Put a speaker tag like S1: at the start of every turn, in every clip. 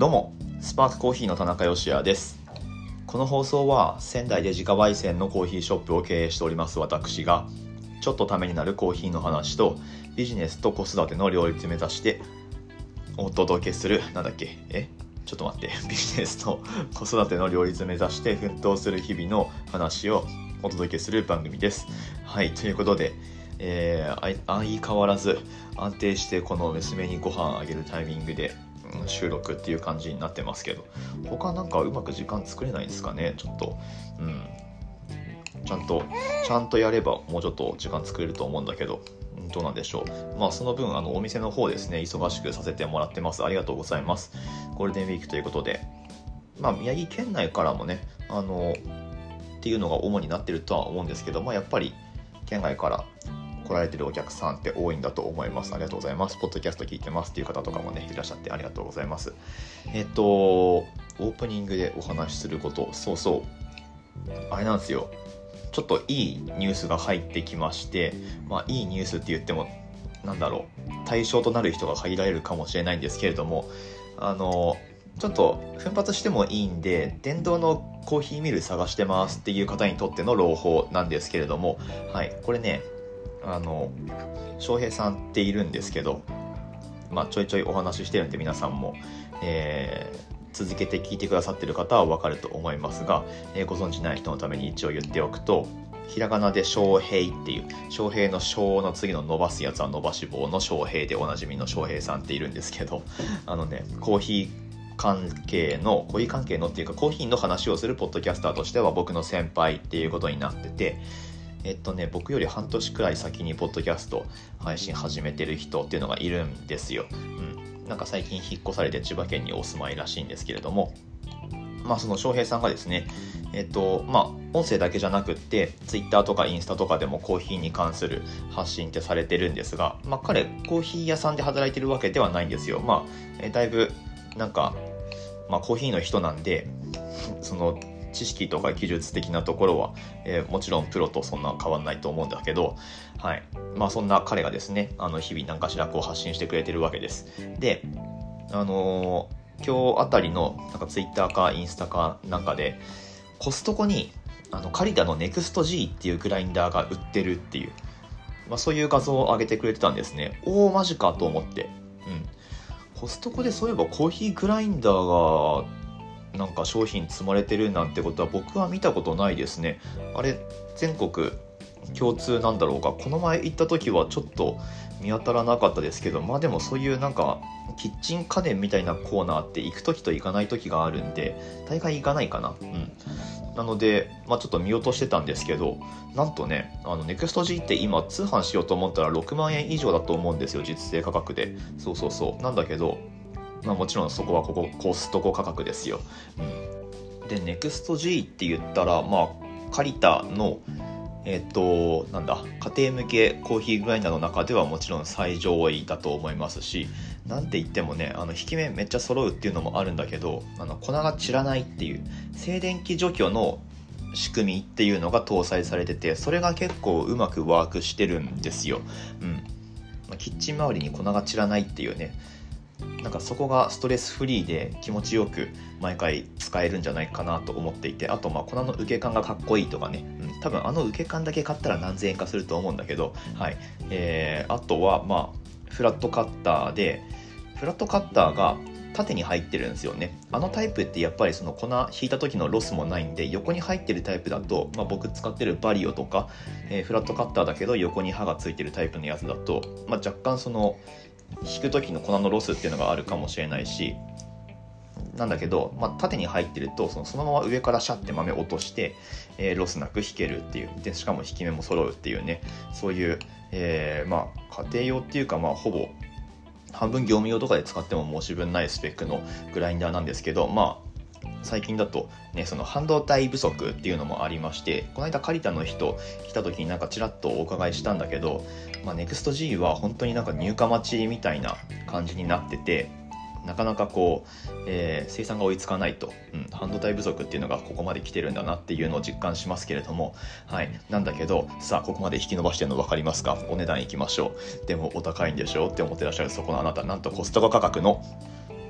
S1: どうも、スパークコーヒーの田中芳也です。この放送は仙台で自家焙煎のコーヒーショップを経営しております私が、ちょっとためになるコーヒーの話とビジネスと子育ての両立目指してお届けする、ちょっと待って、ビジネスと子育ての両立目指して奮闘する日々の話をお届けする番組です。はい、ということで、相変わらず安定してこの娘にご飯あげるタイミングで収録っていう感じになってますけど、他なんかうまく時間作れないですかね。ちょっとちゃんとやればもうちょっと時間作れると思うんだけど、どうなんでしょう。その分お店の方ですね、忙しくさせてもらってます。ありがとうございます。ゴールデンウィークということで、宮城県内からもねっていうのが主になってるとは思うんですけど、やっぱり県外から来られてるお客さんって多いんだと思います。ありがとうございます。ポッドキャスト聞いてますっていう方とかもねいらっしゃってありがとうございます。オープニングでお話しすること、あれなんですよ。ちょっといいニュースが入ってきまして、いいニュースって言っても対象となる人が限られるかもしれないんですけれども、ちょっと奮発してもいいんで、電動のコーヒーミル探してますっていう方にとっての朗報なんですけれども、はい、これね翔平さんっているんですけど、ちょいちょいお話ししてるんで皆さんも、続けて聞いてくださってる方は分かると思いますが、ご存知ない人のために一応言っておくと、ひらがなで翔平っていう、翔平の翔の次の伸ばすやつは伸ばし棒の翔平でおなじみの翔平さんっているんですけど、コーヒー関係のっていうかコーヒーの話をするポッドキャスターとしては僕の先輩っていうことになってて、僕より半年くらい先にポッドキャスト配信始めてる人っていうのがいるんですよ。最近引っ越されて千葉県にお住まいらしいんですけれども、その翔平さんがですね、音声だけじゃなくってツイッターとかインスタとかでもコーヒーに関する発信ってされてるんですが、彼コーヒー屋さんで働いてるわけではないんですよ。だいぶコーヒーの人なんで、その知識とか技術的なところは、もちろんプロとそんな変わんないと思うんだけど、はい、そんな彼がですね日々何かしら発信してくれてるわけです。で今日あたりのツイッターかインスタかなんかでコストコにカリタのネクスト G っていうグラインダーが売ってるっていう、そういう画像を上げてくれてたんですね。マジかと思って、コストコでそういえばコーヒーグラインダーが商品積まれてるなんてことは僕は見たことないですね。あれ全国共通なんだろうか。この前行った時はちょっと見当たらなかったですけど、でもそういうキッチン家電みたいなコーナーって行く時と行かない時があるんで、大概行かないかな。なのでちょっと見落としてたんですけど、なんとねネクスト G って今通販しようと思ったら6万円以上だと思うんですよ、実勢価格で。なんだけどもちろんそこはコストコ価格ですよ。でネクスト G って言ったらカリタの家庭向けコーヒーグラインダーの中ではもちろん最上位だと思いますし、なんて言ってもね引き目めっちゃ揃うっていうのもあるんだけど、粉が散らないっていう静電気除去の仕組みっていうのが搭載されてて、それが結構うまくワークしてるんですよ。キッチン周りに粉が散らないっていうね、そこがストレスフリーで気持ちよく毎回使えるんじゃないかなと思っていて、あと粉の受け感がかっこいいとかね、多分受け感だけ買ったら何千円かすると思うんだけど、はい、あとはフラットカッターが縦に入ってるんですよね。タイプってやっぱりその粉引いた時のロスもないんで、横に入ってるタイプだと、僕使ってるバリオとか、フラットカッターだけど横に刃がついてるタイプのやつだと、若干その引く時の粉のロスっていうのがあるかもしれないし、なんだけど、縦に入ってるとそのまま上からシャッて豆落として、ロスなく引けるっていうで、しかも引き目も揃うっていうね、そういう、家庭用っていうかほぼ半分業務用とかで使っても申し分ないスペックのグラインダーなんですけど、最近だとねその半導体不足っていうのもありまして、この間カリタの人来た時にちらっとお伺いしたんだけど、ネクスト G は本当に入荷待ちみたいな感じになってて、なかなか生産が追いつかないと、半導体不足っていうのがここまで来てるんだなっていうのを実感しますけれども、はい、なんだけどさあここまで引き伸ばしてるの分かりますか？お値段いきましょう。でもお高いんでしょって思ってらっしゃるそこのあなた、なんとコストコ価格の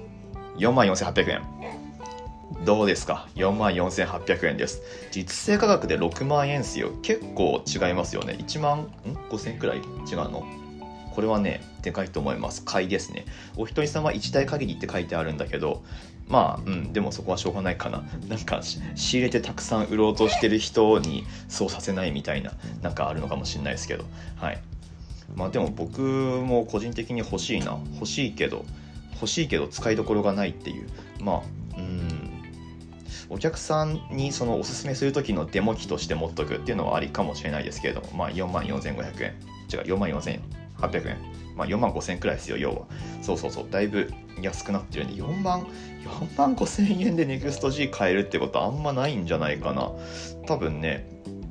S1: 44,800円。どうですか？ 44,800 円です。実勢価格で6万円ですよ。結構違いますよね。1万5,000円くらい違うの？これはね、でかいと思います。買いですね。お一人様1台限りって書いてあるんだけど、でもそこはしょうがないかな。なんか仕入れてたくさん売ろうとしてる人にそうさせないみたいな、なんかあるのかもしれないですけど、はい。でも僕も個人的に欲しいけど使いどころがないっていう、お客さんにそのおすすめする時のデモ機として持っとくっていうのはありかもしれないですけれども、44,500円違う44,800円、45,000円くらいですよ。要はそうだいぶ安くなってるんで、4万5,000円でネクスト G 買えるってことはあんまないんじゃないかな。多分ね、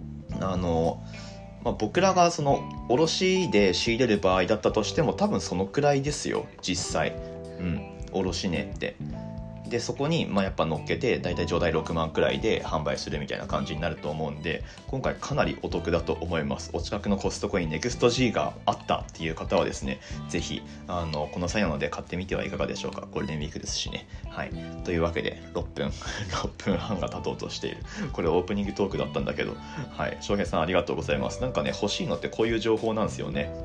S1: 僕らがその卸で仕入れる場合だったとしても多分そのくらいですよ実際。卸値ってで、そこにやっぱ乗っけてだいたい上代6万くらいで販売するみたいな感じになると思うんで、今回かなりお得だと思います。お近くのコストコにネクスト G があったっていう方はですね、ぜひこの際なので買ってみてはいかがでしょうか。ゴールデンウィークですしね。はい。というわけで6分半が経とうとしている。これオープニングトークだったんだけど、はい。翔平さんありがとうございます。なんかね、欲しいのってこういう情報なんですよね。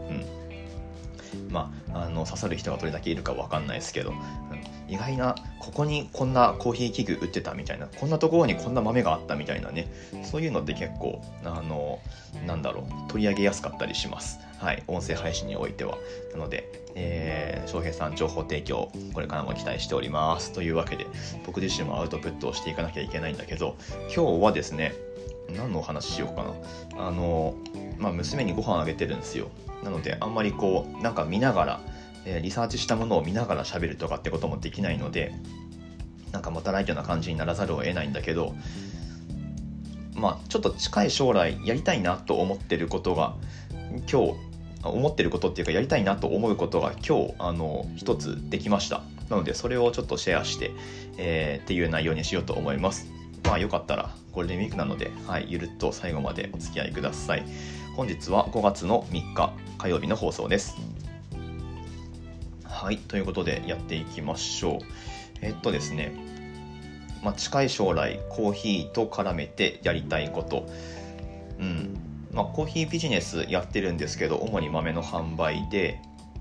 S1: 刺さる人がどれだけいるか分かんないですけど、意外な、ここにこんなコーヒー器具売ってたみたいな、こんなところにこんな豆があったみたいなね、そういうのって結構取り上げやすかったりします。はい、音声配信においては。なので、翔平さん情報提供これからも期待しておりますというわけで、僕自身もアウトプットをしていかなきゃいけないんだけど、今日はですね、何のお話しようかな。娘にご飯あげてるんですよ。なのであんまりなんか見ながら、リサーチしたものを見ながら喋るとかってこともできないので、なんかまたライトな感じにならざるを得ないんだけど、ちょっと近い将来やりたいなと思ってることっていうか、やりたいなと思うことが今日一つできました。なのでそれをちょっとシェアして、っていう内容にしようと思います。よかったらゴールデンウィークなので、ゆるっと最後までお付き合いください。本日は5月の3日火曜日の放送です。はい、ということでやっていきましょう。ですね、近い将来コーヒーと絡めてやりたいこと、コーヒービジネスやってるんですけど、主に豆の販売で、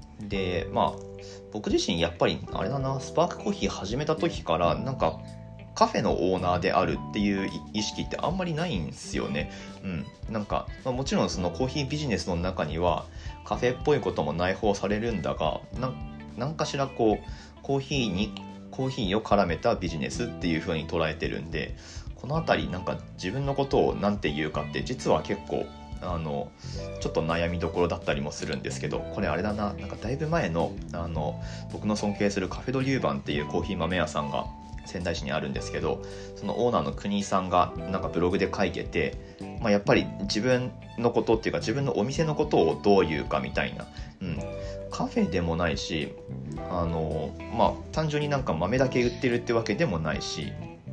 S1: 僕自身やっぱりスパークコーヒー始めた時からなんかカフェのオーナーであるっていう意識ってあんまりないんですよね。なんか、もちろんそのコーヒービジネスの中にはカフェっぽいことも内包されるんだが、なんかしらコーヒーを絡めたビジネスっていう風に捉えてるんで、このあたりなんか自分のことをなんて言うかって実は結構ちょっと悩みどころだったりもするんですけど、これなんかだいぶ前の僕の尊敬するカフェドリューバンっていうコーヒー豆屋さんが仙台市にあるんですけど、そのオーナーの国井さんがなんかブログで書いてて、やっぱり自分のことっていうか自分のお店のことをどう言うかみたいな、カフェでもないし、単純になんか豆だけ売ってるってわけでもないし、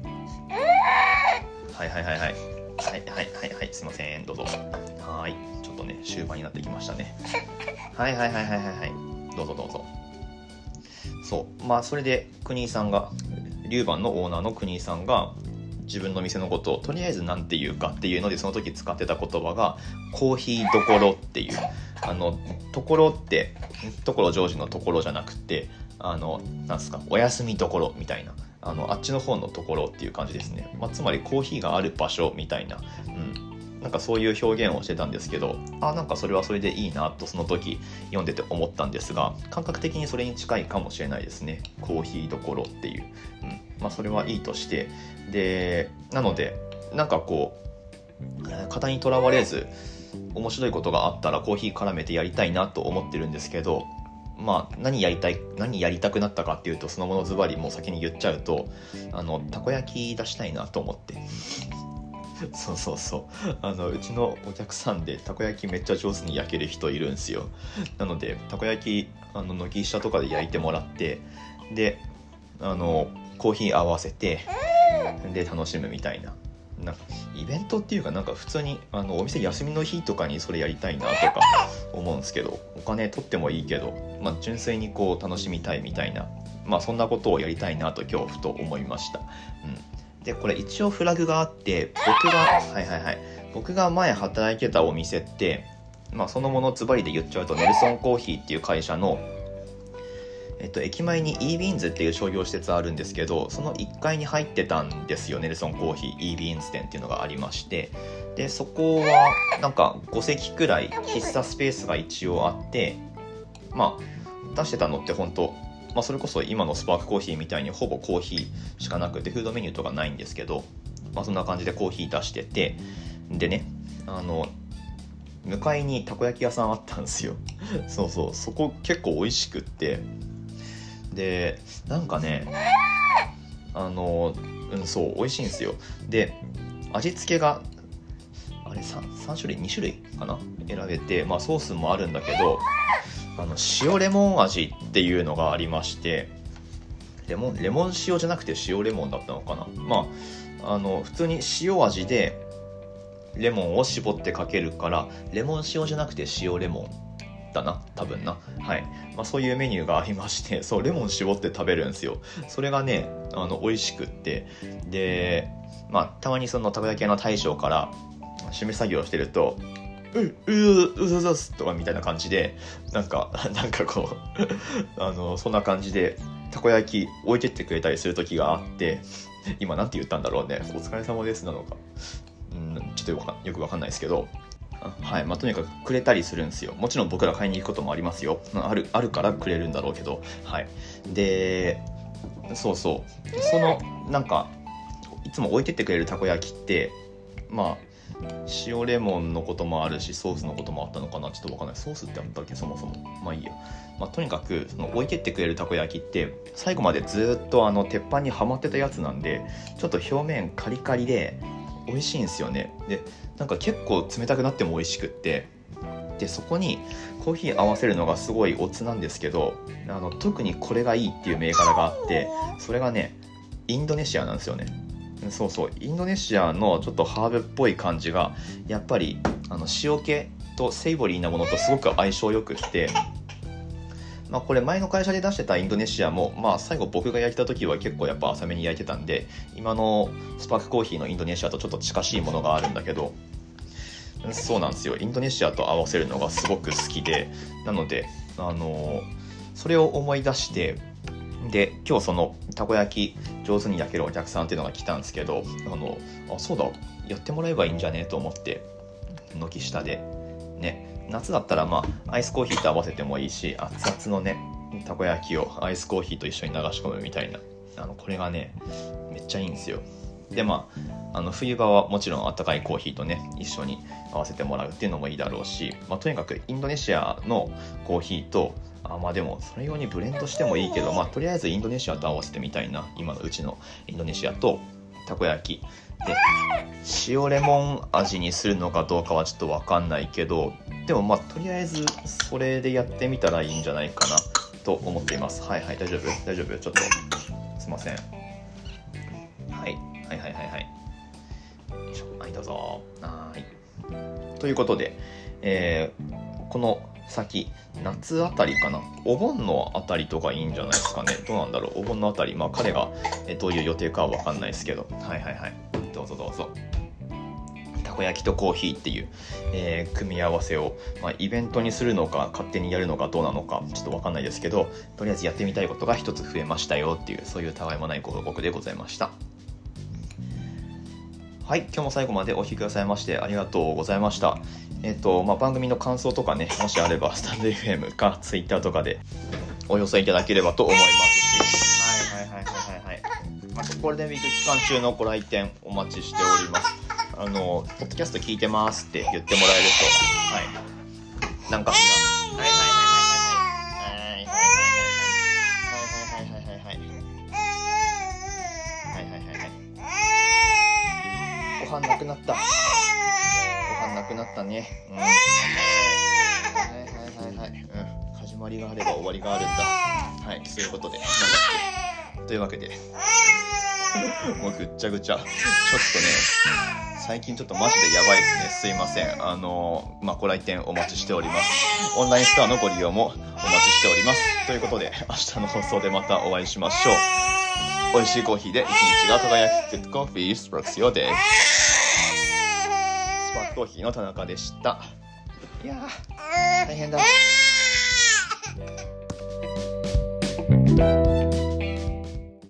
S1: はいすいません、どうぞ。はいちょっとね終盤になってきましたね。はいどうぞ。そうそれで国井さんが、リューバンのオーナーの国井さんが自分の店のことをとりあえずなんて言うかっていうので、その時使ってた言葉がコーヒーどころっていう、ところって所ジョージのところじゃなくて、なんすか、お休みどころみたいな、あっちの方のところっていう感じですね。つまりコーヒーがある場所みたいな、なんかそういう表現をしてたんですけど、なんかそれはそれでいいなとその時読んでて思ったんですが、感覚的にそれに近いかもしれないですね。コーヒーどころっていう、それはいいとして、でなのでなんか型にとらわれず面白いことがあったらコーヒー絡めてやりたいなと思ってるんですけど、何やりたくなったかっていうと、そのものズバリもう先に言っちゃうと、たこ焼き出したいなと思ってうちのお客さんでたこ焼きめっちゃ上手に焼ける人いるんですよ。なのでたこ焼き軒下とかで焼いてもらって、でコーヒー合わせてで楽しむみたいな、なんかイベントっていうか、なんか普通にお店休みの日とかにそれやりたいなとか思うんですけど、お金取ってもいいけど、純粋に楽しみたいみたいなそんなことをやりたいなと今日ふと思いました。でこれ一応フラグがあって、僕が前働いてたお店って、そのものズバリで言っちゃうとネルソンコーヒーっていう会社の駅前に eBeans っていう商業施設あるんですけど、その1階に入ってたんですよ。ネルソンコーヒー eBeans 店っていうのがありまして、でそこはなんか5席くらい喫茶スペースが一応あって、出してたのって本当、それこそ今のスパークコーヒーみたいにほぼコーヒーしかなくてフードメニューとかないんですけど、そんな感じでコーヒー出してて、でね、向かいにたこ焼き屋さんあったんですよ。そこ結構美味しくって、でなんかねそう美味しいんですよ。で味付けがあれ 3種類2種類かな選べて、ソースもあるんだけど、塩レモン味っていうのがありまして、レモン塩じゃなくて塩レモンだったのかな。普通に塩味でレモンを絞ってかけるからレモン塩じゃなくて塩レモンだな多分な。そういうメニューがありまして、そうレモン絞って食べるんですよ。それがね美味しくって、でたまにそのたこ焼き屋の大将から締め作業してるとうざすとかみたいな感じでなんかこうそんな感じでたこ焼き置いてってくれたりする時があって、今なんて言ったんだろうね、お疲れ様ですなのかちょっとよくわかんないですけど、とにかくくれたりするんですよ。もちろん僕ら買いに行くこともありますよ。あるからくれるんだろうけど、でそのなんかいつも置いてってくれるたこ焼きって塩レモンのこともあるしソースのこともあったのかな、ちょっとわかんない。ソースってあったっけそもそも。いいや。とにかくその置いてってくれるたこ焼きって最後までずっと鉄板にはまってたやつなんで、ちょっと表面カリカリで美味しいんですよね。でなんか結構冷たくなっても美味しくって、でそこにコーヒー合わせるのがすごいオツなんですけど、特にこれがいいっていう銘柄があって、それがねインドネシアなんですよね。インドネシアのちょっとハーブっぽい感じがやっぱり塩気とセイボリーなものとすごく相性よくって、これ前の会社で出してたインドネシアも最後僕が焼いた時は結構やっぱ浅めに焼いてたんで、今のスパークコーヒーのインドネシアとちょっと近しいものがあるんだけど、そうなんですよ。インドネシアと合わせるのがすごく好きで、なのでそれを思い出して、で今日そのたこ焼き上手に焼けるお客さんっていうのが来たんですけど、そうだやってもらえばいいんじゃねと思って軒下でね、夏だったらアイスコーヒーと合わせてもいいし、熱々のねたこ焼きをアイスコーヒーと一緒に流し込むみたいな、これがねめっちゃいいんですよ。で冬場はもちろん温かいコーヒーとね一緒に合わせてもらうっていうのもいいだろうし、とにかくインドネシアのコーヒーとでもそれ用にブレンドしてもいいけど、とりあえずインドネシアと合わせてみたいな。今のうちのインドネシアとたこ焼きで塩レモン味にするのかどうかはちょっと分かんないけど、でもとりあえずそれでやってみたらいいんじゃないかなと思っています。大丈夫ちょっとすいません。はいどうぞ。ということで、この先夏あたりかな、お盆のあたりとかいいんじゃないですかね。どうなんだろう、お盆のあたり、彼がどういう予定かは分かんないですけど、どうぞ。たこ焼きとコーヒーっていう、組み合わせを、イベントにするのか勝手にやるのかどうなのかちょっと分かんないですけど、とりあえずやってみたいことが一つ増えましたよっていう、そういうたわいもないご報告でございました。今日も最後までお聞きくださいましてありがとうございました。番組の感想とかね、もしあればスタンド FM か Twitter とかでお寄せいただければと思いますし、ゴールデンウィーク期間中のご来店お待ちしております。ポッドキャスト聞いてますって言ってもらえると、なんかしらご飯なくなったね。始まりがあれば終わりがあるんだ。そういうことでというわけでもうぐっちゃぐちゃ、ちょっとね最近ちょっとマジでやばいですね。すいません。ご来店お待ちしております。オンラインストアのご利用もお待ちしてしております。ということで明日の放送でまたお会いしましょう。美味しいコーヒーで一日が輝く Good Coffee Sparks Your Day。 スパークコーヒーの田中でした。いやー大変だ。